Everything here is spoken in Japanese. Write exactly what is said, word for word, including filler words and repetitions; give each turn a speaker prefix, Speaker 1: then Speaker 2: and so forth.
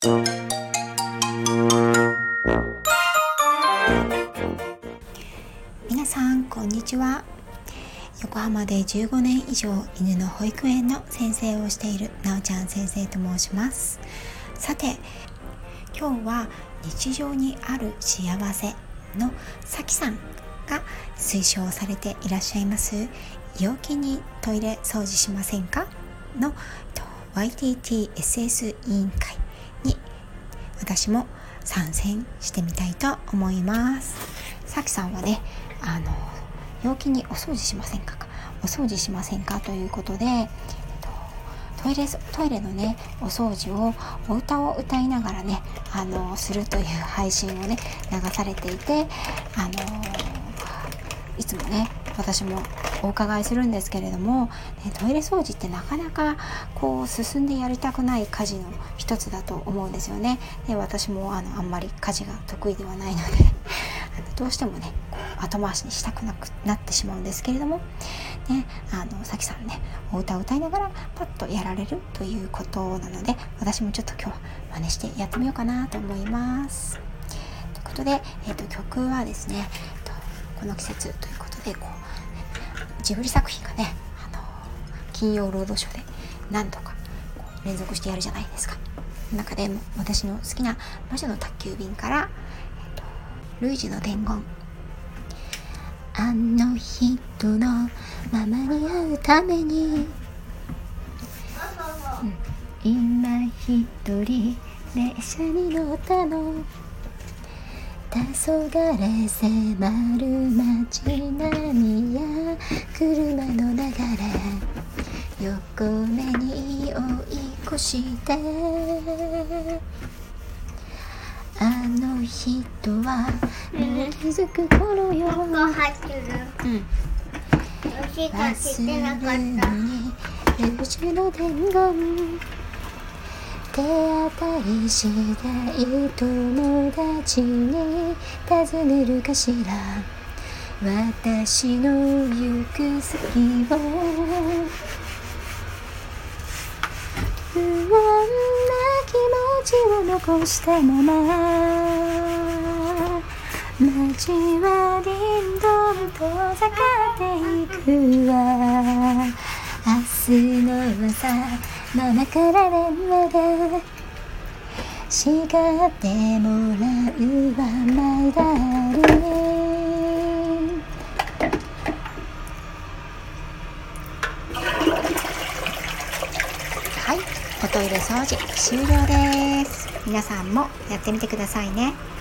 Speaker 1: 皆さんこんにちは。横浜でじゅうごねん以上犬の保育園の先生をしているなおちゃん先生と申します。さて、今日は日常にある幸せのさきさんが推奨されていらっしゃいます陽気にトイレ掃除しませんかの ワイティーティーエスエス 委員会に私も参戦してみたいと思います。さきさんはね、あの陽気にお掃除しませんかお掃除しませんかということで、トイレ、トイレのねお掃除をお歌を歌いながらねあのするという配信をね流されていて、あのいつもね私もお伺いするんですけれども、ね、トイレ掃除ってなかなかこう進んでやりたくない家事の一つだと思うんですよね。で、私もあのあんまり家事が得意ではないのでどうしてもねこう後回しにしたくなくなってしまうんですけれども、ね、あのさきさんねお歌を歌いながらパッとやられるということなので、私もちょっと今日は真似してやってみようかなと思います。ということで、えー、と曲はですね、この季節ということでこうジブリ作品がね、あの金曜ロードショーで何度かこう連続してやるじゃないですか。中でも私の好きな魔女の宅急便から、えー、とルイージの伝言、あの人のママに会うために、うん、今一人列車に乗ったの、黄昏迫る街並みや車の流れ、横目に追い越してあの人はもう気づく頃よ、うん、忘れるにルージュの伝言、手当たり次第友達に尋ねるかしら、私の行く先を不安な気持ちを残したまま、街は凛と遠ざかっていくわ、明日の朝ママから電話で叱ってもらうわマイダーリン。はい、おトイレ掃除終了です。皆さんもやってみてくださいね。